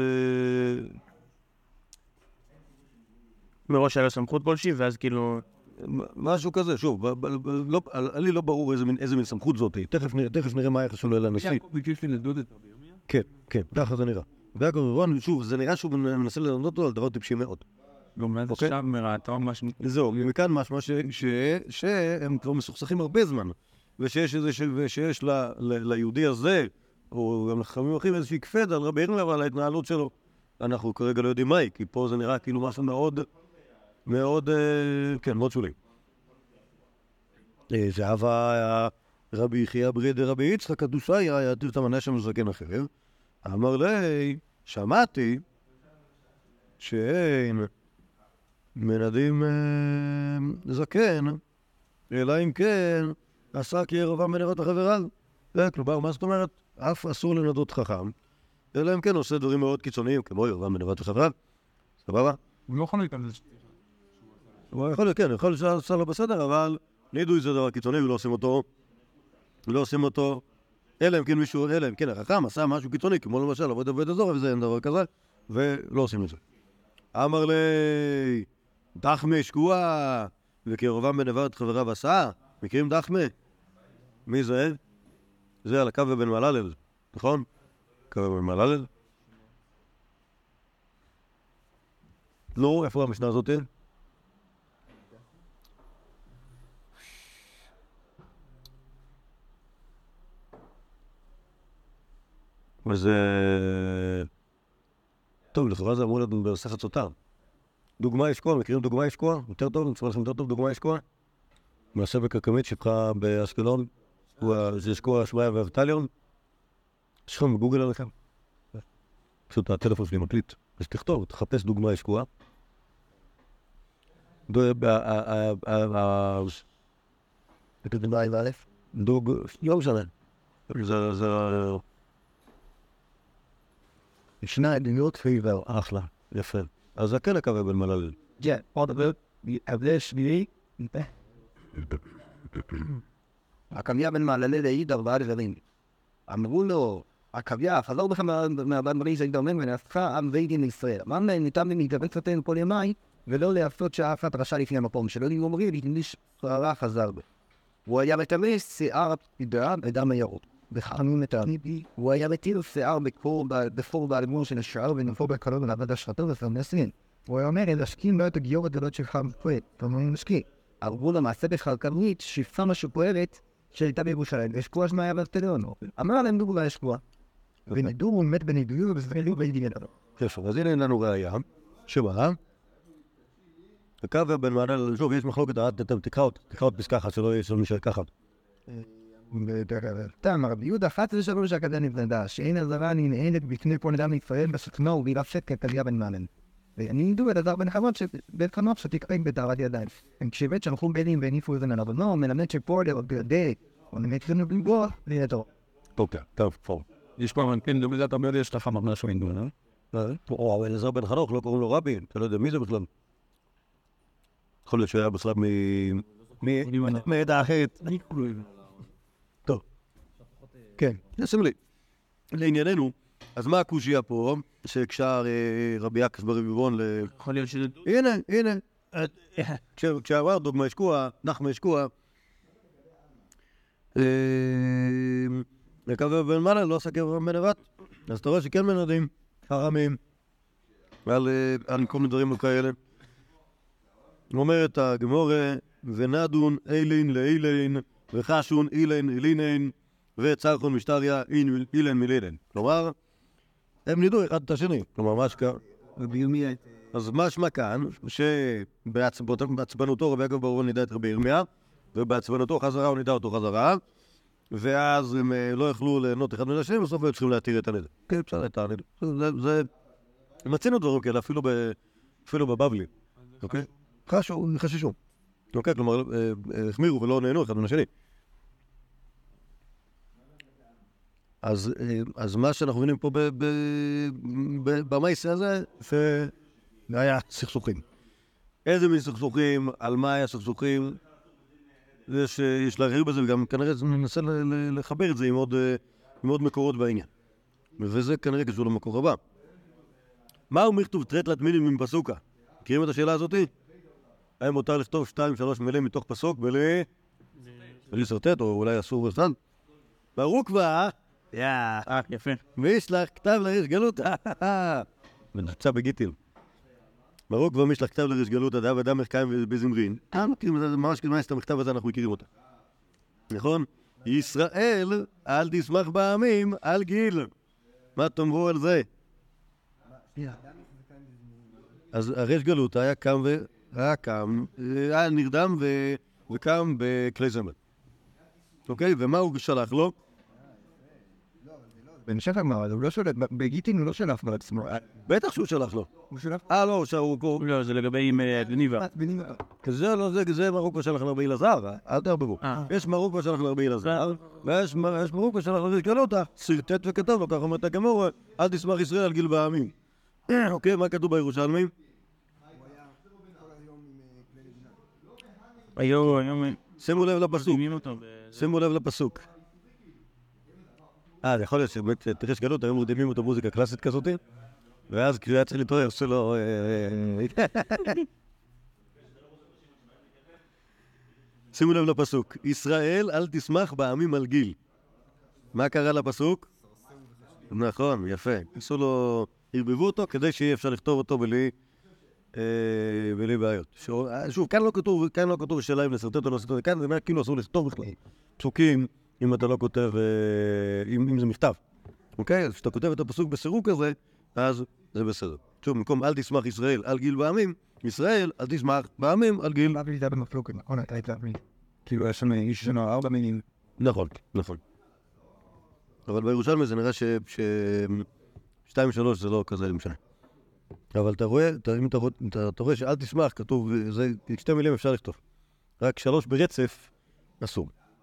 מראש היה לו סמכות כלשהי, ואז כאילו... משהו כזה, שוב, לי לא ברור איזה מין סמכות זאת היא. תכף נראה מה היה חשוב לו לאנשים. יעקב ביקש לנדוד את רבי ירמיה? כן, כן, ככה זה נראה. ויעקב רביבון, שוב, זה נראה שהוא מנסה לנדות אותו על דבר טיפשי מאוד. גם זה שם מרעתו משהו... זהו, מכאן משמע שהם כבר מסוכסכים הרבה זמן, ושיש איזה, ושיש ליהודי הזה, או גם לחכמים אחרים, איזושהי קפד על רבי ירמיה ועל ההתנהלות שלו. אנחנו כרגע לא יודעים מהי, כי פה זה נראה כאילו משהו מאוד, מאוד, כן, מאוד שולי. זה היה רבי יחיא ברי דרבי יצחק הקדושה, היה יתיר את המנה שם זקן אחר. אמר לי, שמעתי שאין מנדים זקן, אלא אם כן עשה כי ירבעם בן נבט החבריו. כלומר, מה זאת אומרת? אף אסור לנדות חכם, אלא אם כן עושה דברים מאוד קיצוניים, כמו ירבעם בן נבט החבריו. סבבה? הוא לא יכול להיכנס. הוא יכול להיות, כן, יכול להיות שעשה לו בסדר, אבל נידוי זה דבר קיצוני ולא עושים אותו, לא עושים אותו, אלא אם כן מישהו, אלא אם כן החכם עשה משהו קיצוני, כמו למשל עבוד עבוד אזור, וזה אין דבר כזה, ולא עושים את זה. אמר לי, דחמי שקוע, וכי ירבעם בן נבט חבריו עשה, מכירים דחמי? מי זה? זה על הקו בן מללל, נכון? קו בן מללל? לא, איפה המשנה הזאת? וזה... טוב, לכאורה זה אמור להיות במסכת סוטה. דוגמה אשכול, מכירים דוגמה אשכול? יותר טוב, נצטרך לכם יותר טוב דוגמה אשכול? מעשה בקרקמית שפחה באשקלון, זה אשכול השמעיה ואבטליון. יש לכם בגוגל עליכם. פשוט הטלפון שלי מקליט. אז תכתוב, תחפש דוגמה אשכול. דוג... לא משנה. זה... זה... ישנה עדויות חיוור. אחלה, יפה. אז זה כן הקווה בן מללל. כן, עוד דבר, הבדל שביעי, הקוויה בן מללל העיד ארבעה דברים. אמרו לו, הקוויה, חזר בך מהבן זה ידומן ונהפכה עם בית דין לישראל. אמר להם, ניתן לי להתאבק קצתנו כל ימי, ולא לעשות שעה אחת רשע לפני המקום, שלא נגמרי, להתניש שערה חזר בו. הוא היה מטמס שיער פקידה בדם הירוק. בחמים את הריבי, הוא היה מטיל שיער בפור בעלמור של השער ונפור בקרוב לעבד השחתו ופרנסין. הוא היה אומר, להשכים לא את הגיור הגדולות שלך מפואט, כלומר משקיע. ערבו למעשה בחלקרנית, שפחה משהו פועלת שהייתה בירושלים, ושקוע שמה היה באבטליון. אמר להם דוגמה השקוע. ונדור הוא מת בנדויו ובסבירו בלדים ידעו. יפה, אז הנה לנו ראייה, שמה? הקו בן מללל, שוב, יש מחלוקת, תקרא עוד פסקה אחת, שלא יהיה שלא נשאר ככה. תם, רבי יהודה, אחת זה שלוש אקדמית נדע, שאין הזרה ננהלת בפני כל אדם ישראל בסכנו ובלפת כקוויה בן מללל. ואני נדעו את הזר בן חמות שבית חנוך שתקרק בטהרת ידיים. הם כשבית שלחו בנים והניפו איזן עליו, לא, מלמד שפועל או בידי, או נמת לנו בלבוע, לידו. אוקיי, טוב, טוב. יש פה מנפין, דומה אתה אומר לי, יש לך ממש וינדון, אה? או, אבל הזר בן חנוך, לא קוראים לו רבין, אתה לא יודע מי זה בכלל. יכול להיות שהיה בכלל מעדה אחרת. טוב. כן, נשים לי. לענייננו, אז מה הקושיה פה? שקשר רבי יעקב ברביבון ל... יכול להיות שזה... הנה, הנה. כשעבר דוגמא ישקוע, נחמה ישקוע, לקבר בן מלא לא עשה קבר בן נבט. אז אתה רואה שכן מנדים, חרמים, על כל מיני דברים כאלה. אומרת הגמורה, ונדון אילין לאילין, וחשון אילין אילינין, וצרכון משטריה אילין מלילין. כלומר, הם נידו אחד את השני. כלומר, מה שקרה? אז מה שמה כאן, שבעצבנותו רבי יעקב ברבון נידע את רבי ירמיה, ובעצבנותו חזרה הוא נידע אותו חזרה, ואז הם לא יכלו ליהנות אחד מן השני, בסוף היו צריכים להתיר את הנדע. כן, בסדר, את הנדע. זה... מצינו דברים כאלה, אפילו בבבלי. אוקיי? חששו. אוקיי, כלומר, החמירו ולא נהנו אחד מן השני. אז, אז מה שאנחנו מבינים פה במייסה הזה, זה היה סכסוכים. איזה מין סכסוכים, על מה היה סכסוכים, זה שיש להרחיב בזה, וגם כנראה ננסה לחבר את זה עם עוד, עם עוד מקורות בעניין. וזה כנראה קשור למקור הבא. מהו מכתוב תראת לתמינים עם פסוקה? מכירים את השאלה הזאתי? היה מותר לכתוב שתיים, שלוש מילים מתוך פסוק בלי... בלי סרטט, או אולי אסור בסן? ברוקווה... אה, יפה. וישלח כתב לריש גלות, ונצא בגיטיל. ברוקווה מישלח כתב לריש גלות, אדם אדם מחקיים בזמרין. אה, מכירים את זה, ממש כדמה את המכתב הזה, אנחנו מכירים אותה. נכון? ישראל, אל תשמח בעמים, אל גיל. מה תאמרו על זה? אז הריש גלות היה קם ו... היה קם, היה נרדם וקם בכלי זמר. אוקיי? ומה הוא שלח לו? בנשך הגמרא, הוא לא שולט, בגיטין הוא לא שלח לו עצמו. בטח שהוא שלח לו. הוא שלח? אה, לא, שהוא... לא, זה לגבי בניבה. כזה לא, זה מרוקו שלח לרבי אלעזר, אל תערבבו. יש מרוקו שלח לרבי אלעזר, ויש מרוקו שלח לריש גלותא, סרטט וכתב לו, כך אומרת הגמרא, אל תשמח ישראל על גיל בעמים. אוקיי, מה כתוב בירושלמים? היום, היום... שימו לב לפסוק. שימו לב לפסוק. אה, זה יכול להיות שבאמת תריש גלות, היום מרדימים אותו מוזיקה קלאסית כזאת, ואז קריאה צריך להתעורר, עושה לו... שימו לב לפסוק. ישראל, אל תשמח בעמים על גיל. מה קרה לפסוק? נכון, יפה. עשו לו... הרבבו אותו כדי שיהיה אפשר לכתוב אותו בלי... בלי בעיות. שוב, כאן לא כתוב, כאן לא כתוב שאלה אם לסרטט או לא לסרטט, כאן זה אומר כאילו אסור לכתוב בכלל פסוקים אם אתה לא כותב, אם זה מכתב. אוקיי? אז כשאתה כותב את הפסוק בסירוק הזה, אז זה בסדר. שוב, במקום אל תשמח ישראל על גיל בעמים, ישראל, אל תשמח בעמים על גיל... מה בלידה במפלוקת, נכון? אתה היית להבין. כאילו, יש לנו איש שלנו ארבע מינים. נכון, נכון. אבל בירושלמי זה נראה ש... שתיים ושלוש זה לא כזה משנה. אבל אתה רואה, אם אתה רואה שאל תשמח, כתוב, זה שתי מילים אפשר לכתוב. רק שלוש ברצף, אסור.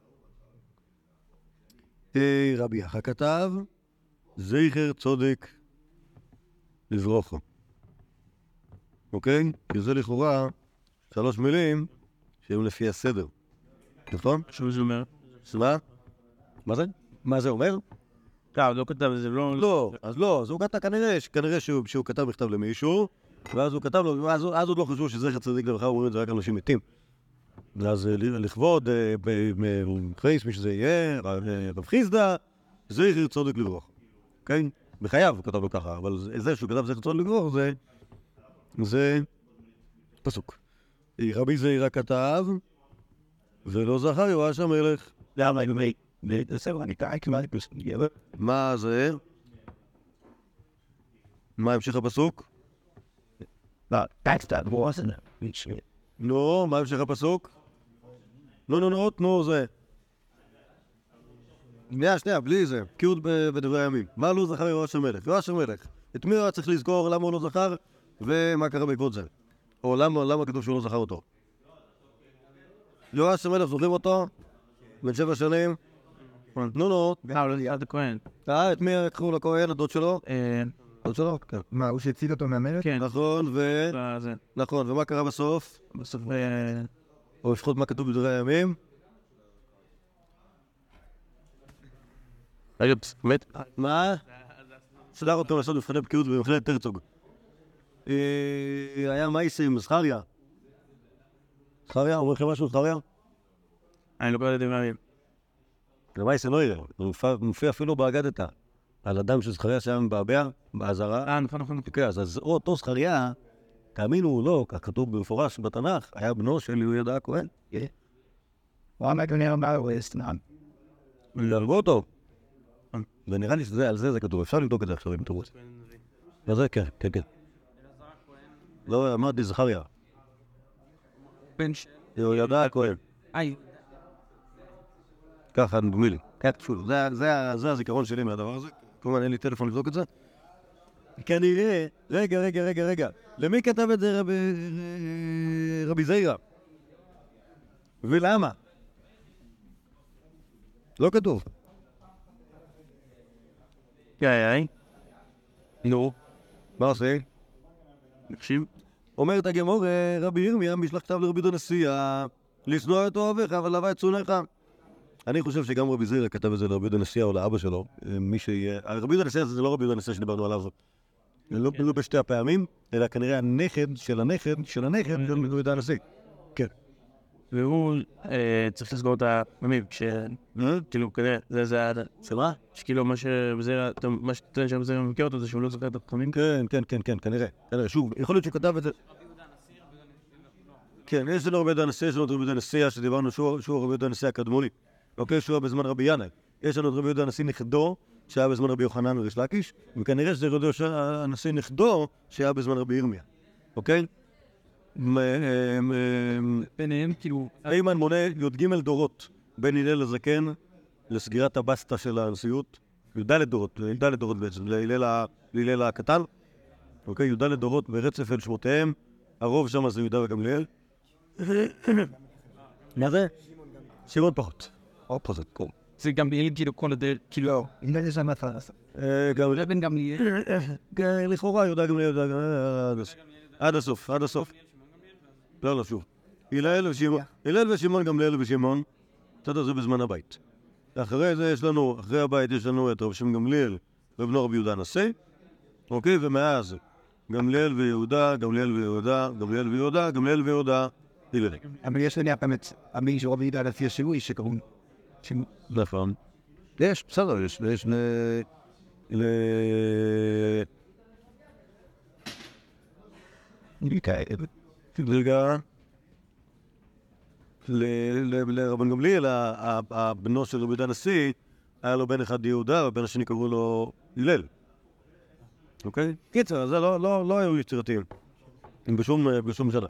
רבי יחא כתב, זכר צודק לברוכו. אוקיי? כי זה לכאורה שלוש מילים שהן לפי הסדר. נכון? שוב זה אומר? מה? מה זה? מה זה אומר? לא, לא כתב, זה לא... לא, אז לא, אז הוא כתב כנראה, כנראה שהוא, שהוא כתב מכתב למישהו, ואז הוא כתב לו, אז, אז עוד לא חשבו שזכר צדיק לברכה, אומרים את זה רק אנשים מתים. אז לכבוד, חייס, מי שזה יהיה, רב חיסדא, זכר צדיק לברכה. כן? בחייו הוא כתב לו ככה, אבל זה שהוא כתב זכר צדיק לברכה, זה... זה... פסוק. רבי זעירא כתב, ולא זכר יואש המלך. למה, אני בסדר, אני קראי כמעט גבר. מה זה? מה המשך הפסוק? לא, טקסטה, הוא עושה זה. נו, מה המשך הפסוק? נו, נו, נו, נו, זה. שנייה, שנייה, בלי זה. קיאות בדברי הימים. מה לא זכר יואש המלך? יואש המלך. את מי הוא היה צריך לזכור, למה הוא לא זכר, ומה קרה בעקבות זה? או למה, למה כתוב שהוא לא זכר אותו? יואש המלך, זוכרים אותו? בן שבע שנים? נו, נו. אה, לא, יד הכהן. אה, את מי יקחו לכהן, הדוד שלו? הדוד שלו? כן. מה, הוא שהציל אותו מהמלך? כן. נכון, ו... זה. נכון, ומה קרה בסוף? בסוף... או לפחות מה כתוב בדברי הימים? רגע, באמת? מה? סדר אותו לעשות מבחני בקיאות במכללת הרצוג. היה מייס עם זכריה. זכריה, אומר לכם משהו, זכריה? אני לא יודע מה יהיה. זה מייס לא יראה, הוא מופיע אפילו באגדתה. על אדם של זכריה שהיה מבעבע, בעזרה. אה, נכון, נכון. כן, אז אותו זכריה, תאמינו או לא, כך כתוב במפורש בתנ"ך, היה בנו של יהודה הכהן. הוא אמר כנראה אמר הוא אסטנן. להרגו אותו. ונראה לי שזה, על זה זה כתוב, אפשר לבדוק את זה עכשיו אם תרוץ. וזה, כן, כן, כן. לא, אמרתי זכריה. בן של... יהודה הכהן. איי. ככה, נדמה לי. כן, שוב, זה הזיכרון שלי מהדבר הזה. כלומר, אין לי טלפון לבדוק את זה. כנראה, רגע, רגע, רגע, רגע. למי כתב את זה רבי זיירה? ולמה? לא כתוב. איי, איי. נו, מה עושה? נקשיב. אומרת הגמור, רבי ירמיה משלח כתב לרבי יהודה הנשיא, לשנוא את אוהביך ולהבא את שונאיך. אני חושב שגם רבי זיירה כתב את זה לרבי יהודה הנשיא או לאבא שלו, מי שיהיה... רבי יהודה הנשיא זה לא רבי יהודה הנשיא שדיברנו עליו, לא לא בשתי הפעמים, אלא כנראה הנכד של הנכד של הנכד של רבי יהודה הנשיא. כן. והוא צריך לסגור את הממים, כאילו כנראה, זה זה... שמה? שכאילו מה שבזיירה, מה שטוען שבזיירה מכיר אותו זה שהוא לא זוכר את התחומים. כן, כן, כן, כן, כנראה. כנראה, שוב, יכול להיות שכתב את זה... כן, יש לנו רבי יהודה הנשיא, יש לנו את רבי יהודה הנשיא שדיברנו שהוא רבי יהודה הנשיא הקדמוני. אוקיי, שהוא היה בזמן רבי ינאי. יש לנו את רבי יהודה הנשיא נכדו, שהיה בזמן רבי יוחנן וריש לקיש, וכנראה שזה רבי יהודה הנשיא נכדו, שהיה בזמן רבי ירמיה. אוקיי? ביניהם, כאילו... איימן מונה י"ג דורות בין הלל לזקן לסגירת הבסטה של הנשיאות. י"ד דורות, י"ד דורות בעצם, להלל הקטן. אוקיי, י"ד דורות ברצף אל שמותיהם. הרוב שם זה יהודה וגמליאל. מה זה? שמעון פחות. אופוזיט, קום. זה גם ביל כאילו כל הדרך, כאילו... אם לא יש למה אתה לעשות. זה בן גמליאל. לכאורה יהודה גמליאל, יהודה גמליאל, עד הסוף, עד הסוף. לא, לא, שוב. הלל ושמעון, הלל ושמעון גמליאל ושמעון, קצת זה בזמן הבית. אחרי זה יש לנו, אחרי הבית יש לנו את רב שמעון גמליאל ובנו רבי יהודה הנשיא, אוקיי, ומאז גמליאל ויהודה, גמליאל ויהודה, גמליאל ויהודה, גמליאל ויהודה, הלל. אבל יש לי הפעם את המי שרבי יהודה לפי השיווי שקוראים... נכון. יש, בסדר, יש, יש ל... רגע, לרבן גמליאל, הבנו של רבי יהודה הנשיא, היה לו בן אחד יהודה, והבן השני קראו לו הלל. אוקיי? קיצר, זה לא היו יצירתיים. בשום שנה.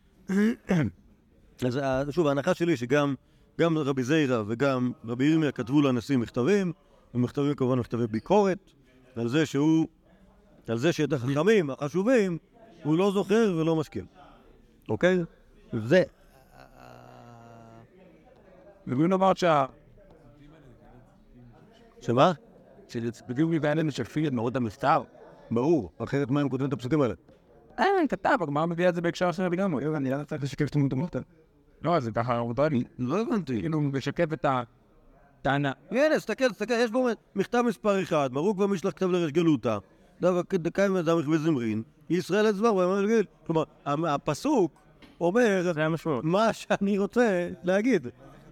אז שוב, ההנחה שלי שגם רבי זיירה וגם רבי ירמיה כתבו לנשיא מכתבים, ומכתבים כמובן מכתבי ביקורת, על זה שהוא, על זה שאת החכמים החשובים, הוא לא זוכר ולא משכיל. אוקיי? זה. ובואו נאמר שה... שמה? שבדיוק מבעלים שפיד מאוד המכתב. ברור, אחרת מה הם כותבים את הפסוקים האלה? אה, כתב, הגמרא מביא את זה בהקשר אחר לגמרי. אני לא צריך לשקף את המות. לא, זה ככה אורדני. לא הבנתי. כאילו, משקף את הטענה. הנה, תסתכל, תסתכל, יש פה מכתב מספר אחד, מרוק ומשלח כתב לרש גלותה, דקאי מאדם רכבי זמרין, ישראל אצבר ואמר לגיל. כלומר, הפסוק אומר מה שאני רוצה להגיד.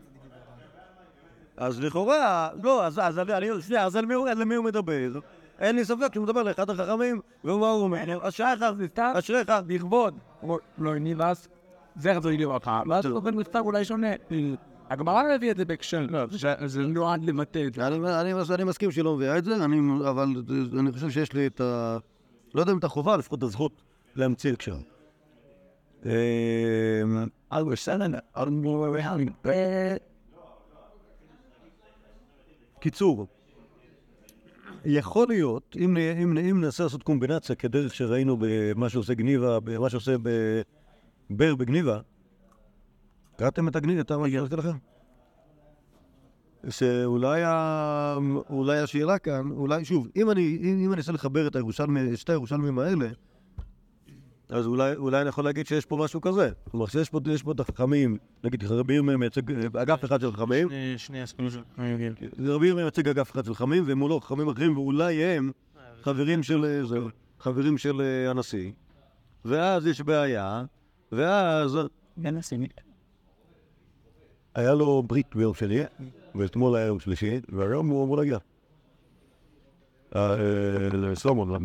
אז לכאורה, לא, אז על מי הוא מדבר? אין לי ספק שהוא מדבר לאחד החכמים, ומה הוא אומר? אשריך, אשריך, לכבוד. לא, אני ואז, זה רצוי לראות לך, ואז הוא עובד מכתב אולי שונה. הגמרא מביא את זה בהקשר, זה נועד לבטא את זה. אני מסכים שהיא לא מביאה את זה, אבל אני חושב שיש לי את ה... לא יודע אם את החובה, לפחות את הזכות להמציא הקשר. קיצור, יכול להיות, אם, אם, אם ננסה לעשות קומבינציה כדרך שראינו במה שעושה גניבה, במה שעושה בבר בגניבה, קראתם את הגניבה, אתה מגיע לכם? שאולי ה... אולי השאלה כאן, אולי, שוב, אם אני, אם, אם אני אנסה לחבר את הירושלמי, שתי הירושלמים האלה, אז אולי, אולי אני יכול להגיד שיש פה משהו כזה. כלומר, שיש פה, יש פה את החכמים, נגיד, רבי ירמיה מייצג אגף אחד של חכמים. שני הסכמים של חכמים. רבי ירמיה מייצג אגף אחד של חכמים, ומולו חכמים אחרים, ואולי הם חברים של, זה, חברים של הנשיא, ואז יש בעיה, ואז... הנשיא. היה לו ברית ביום שני, ואתמול היה יום שלישי, והיום הוא אמור להגיע. לסלומון.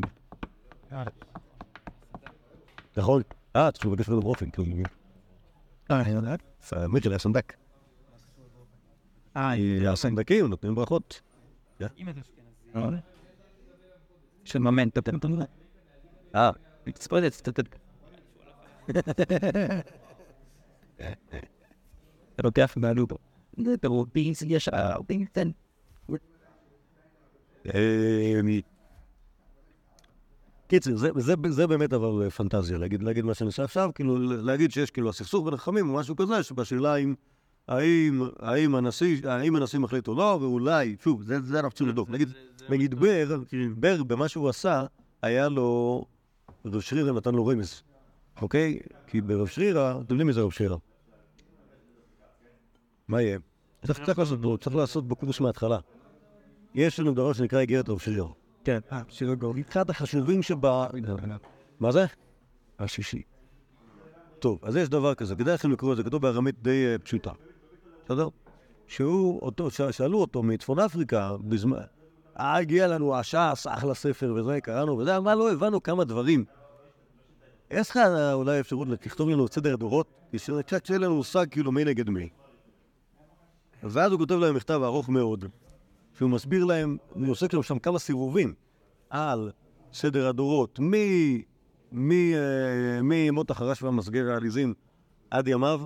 נכון? אה, צריך לבקש לו באופן, כאילו. אה, אני יודעת. מיכאל היה סנדק. אה, הסנדקים נותנים ברכות. של ממנט, אתם נותנים. אה. מצפודת, אתה לוקח בעלו פה. זה פירופיס, יש הרבה קטן. קיצר, זה באמת אבל פנטזיה, להגיד מה שאני עושה עכשיו, כאילו להגיד שיש כאילו הסכסוך בין החכמים או משהו כזה, שבשאלה האם הנשיא מחליט או לא, ואולי, שוב, זה אנחנו צריכים לדוק. נגיד בר, בר במה שהוא עשה, היה לו, רב שרירא נתן לו רמז, אוקיי? כי ברב שרירא, אתם יודעים מי זה רב שרירא? מה יהיה? צריך לעשות בו, צריך לעשות בו קורס מההתחלה. יש לנו דבר שנקרא איגרת רב שרירא. כן, אה, שרירא גאון. אחד החשובים שבה... מה זה? השישי. טוב, אז יש דבר כזה, כדאי לכם לקרוא את זה, כתוב בארמית די פשוטה. בסדר? שהוא, אותו, שאלו אותו מצפון אפריקה, בזמן... אה, הגיע לנו הש"ס, אחלה ספר וזה, קראנו, וזה, מה לא הבנו כמה דברים. יש לך אולי אפשרות לכתוב לנו את סדר הדורות, קצת שיהיה לנו מושג כאילו מי נגד מי. ואז הוא כותב להם מכתב ארוך מאוד, שהוא מסביר להם, הוא עושה שם, שם כמה סיבובים על סדר הדורות, מי, מי, מי מות החרש והמסגר העליזים עד ימיו,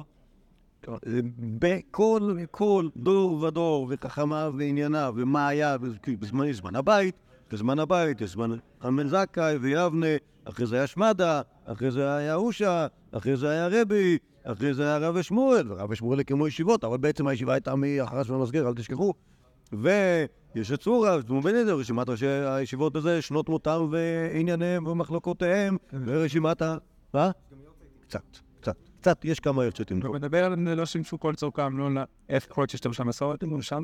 בכל, כל דור ודור וחכמיו וענייניו, ומה היה בזמן, זמן הבית, בזמן הבית, יש זמן חנן זכאי ויבנה, אחרי זה היה שמדה, אחרי זה היה אושה, אחרי זה היה רבי, אחרי זה היה רב שמואל, ורב שמואל כמו ישיבות, אבל בעצם הישיבה הייתה מהחרש והמסגר, אל תשכחו. ויש את צורה, בין ידי רשימת ראשי הישיבות הזה, שנות מותם וענייניהם ומחלוקותיהם, ורשימת ה... מה? קצת, קצת, קצת, יש כמה יוצאים. הוא מדבר על לא שימשו כל צורכם, לא איך יכול להיות שאתם שם מסורת, הם שם?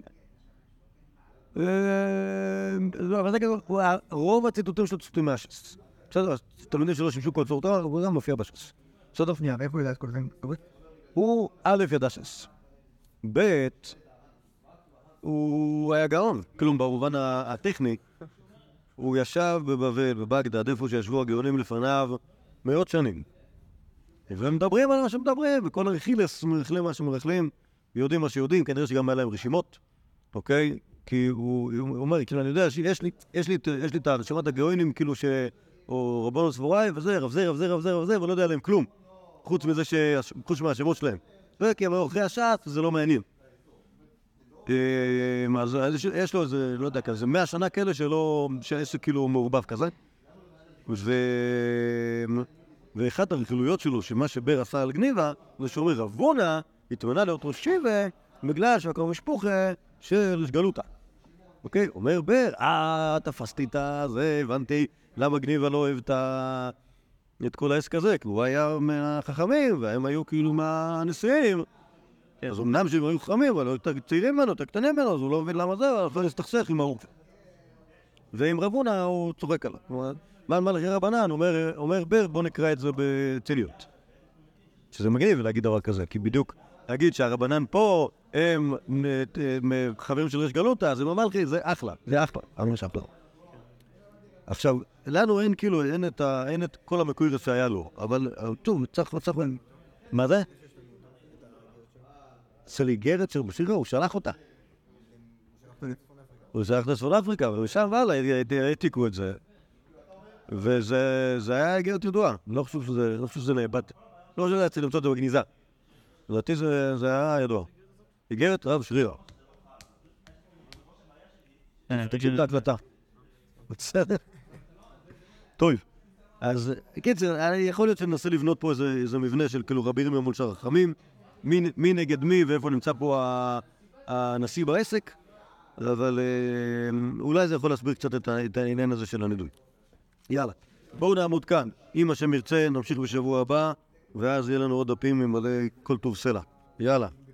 לא, אבל זה כזה, רוב הציטוטים שלו ציטוטים מהש"ס. בסדר, תלמידים שלא שימשו כל צורכם, הוא גם מופיע בש"ס. בסדר? שנייה, איפה ידע את כל זה? הוא א' ידע ש"ס. ב' הוא היה גאון, כלום במובן הטכני. הוא ישב בבבל, בבגדד, איפה שישבו הגאונים לפניו מאות שנים. והם מדברים על מה שמדברים, וכל הרכילס מרכלים מה שמרכלים, ויודעים מה שיודעים, כנראה שגם היה להם רשימות, אוקיי? כי הוא, הוא אומר, כאילו, אני יודע שיש לי, יש לי, יש לי את הרשימת הגאונים, כאילו ש... או רבנו סבוראי, וזה, רב זה, רב זה, רב זה, רב זה, ולא יודע עליהם כלום. חוץ מזה ש... חוץ מהשמות שלהם. וכי הם אחרי השעת, זה לא מעניין. אז יש לו איזה, לא יודע, כזה מאה שנה כאלה שלא, שיש כאילו מעורבב כזה. ו... ואחת הרכילויות שלו, שמה שבר עשה על גניבה, זה שאומר, רבונה התמנה להיות ראש שיבה, בגלל שהקרוב משפוחה של גלותה. אוקיי? אומר בר, אה, תפסתי את זה, הבנתי למה גניבה לא אוהב את כל העסק הזה, כי הוא היה מהחכמים, והם היו כאילו מהנשיאים. אז אמנם שהם היו חכמים, אבל יותר צעירים ממנו, יותר קטנים ממנו, אז הוא לא מבין למה זה, אבל להסתכסך עם הרופא. ועם רבונה הוא צוחק עליו. מה מלכי רבנן, אומר בר, בוא נקרא את זה בציליות. שזה מגניב להגיד דבר כזה, כי בדיוק להגיד שהרבנן פה הם חברים של רש גלותה, אז עם המלכי זה אחלה, זה אחלה, אבל יש אחלה. עכשיו, לנו אין כאילו, אין את, ה, אין את כל המקוירס שהיה לו, אבל טוב, צריך, צריך, מה זה? של איגרת של בשירה, הוא שלח אותה. הוא שלח לצפון אפריקה, ומשם ועלה, העתיקו את זה. וזה היה איגרת ידועה, לא חושב שזה, לא חושב שזה נאבד. לא חושב שזה למצוא את זה בגניזה. לדעתי זה, זה היה ידוע. איגרת רב שרירא. תקשיב את ההקלטה. בסדר? טוב. אז קיצר, יכול להיות שננסה לבנות פה איזה, איזה מבנה של כאילו רבי ירמיה מול שאר החכמים, מי, מי נגד מי ואיפה נמצא פה הנשיא בעסק, אבל אולי זה יכול להסביר קצת את, את העניין הזה של הנידוי. יאללה, בואו נעמוד כאן. אם השם ירצה, נמשיך בשבוע הבא, ואז יהיה לנו עוד דפים עם מלא כל טוב סלע. יאללה.